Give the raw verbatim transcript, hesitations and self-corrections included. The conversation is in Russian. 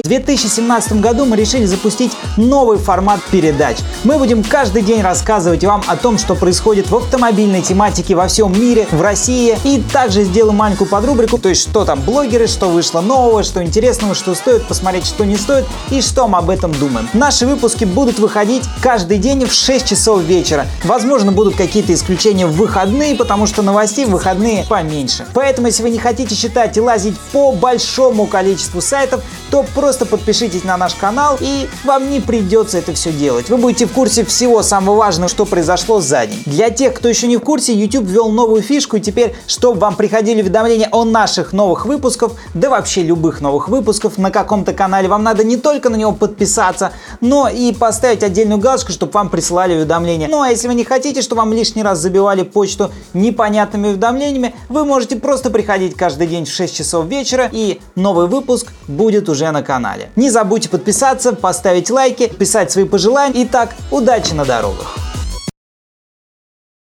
В две тысячи семнадцатом году мы решили запустить новый формат передач. Мы будем каждый день рассказывать вам о том, что происходит в автомобильной тематике во всем мире, в России. И также сделаем маленькую подрубрику, то есть что там блогеры, что вышло нового, что интересного, что стоит посмотреть, что не стоит и что мы об этом думаем. Наши выпуски будут выходить каждый день в шесть часов вечера. Возможно, будут какие-то исключения в выходные, потому что новостей в выходные поменьше. Поэтому, если вы не хотите читать и лазить по большому количеству сайтов, то просто подпишитесь на наш канал, и вам не придется это все делать. Вы будете в курсе всего самого важного, что произошло за день. Для тех, кто еще не в курсе, YouTube ввел новую фишку, и теперь, чтобы вам приходили уведомления о наших новых выпусках, да вообще любых новых выпусков на каком-то канале, вам надо не только на него подписаться, но и поставить отдельную галочку, чтобы вам присылали уведомления. Ну а если вы не хотите, чтобы вам лишний раз забивали почту непонятными уведомлениями, вы можете просто приходить каждый день в шесть часов вечера, и новый выпуск будет уже на канале. Не забудьте подписаться, поставить лайки, писать свои пожелания. Итак, удачи на дорогах!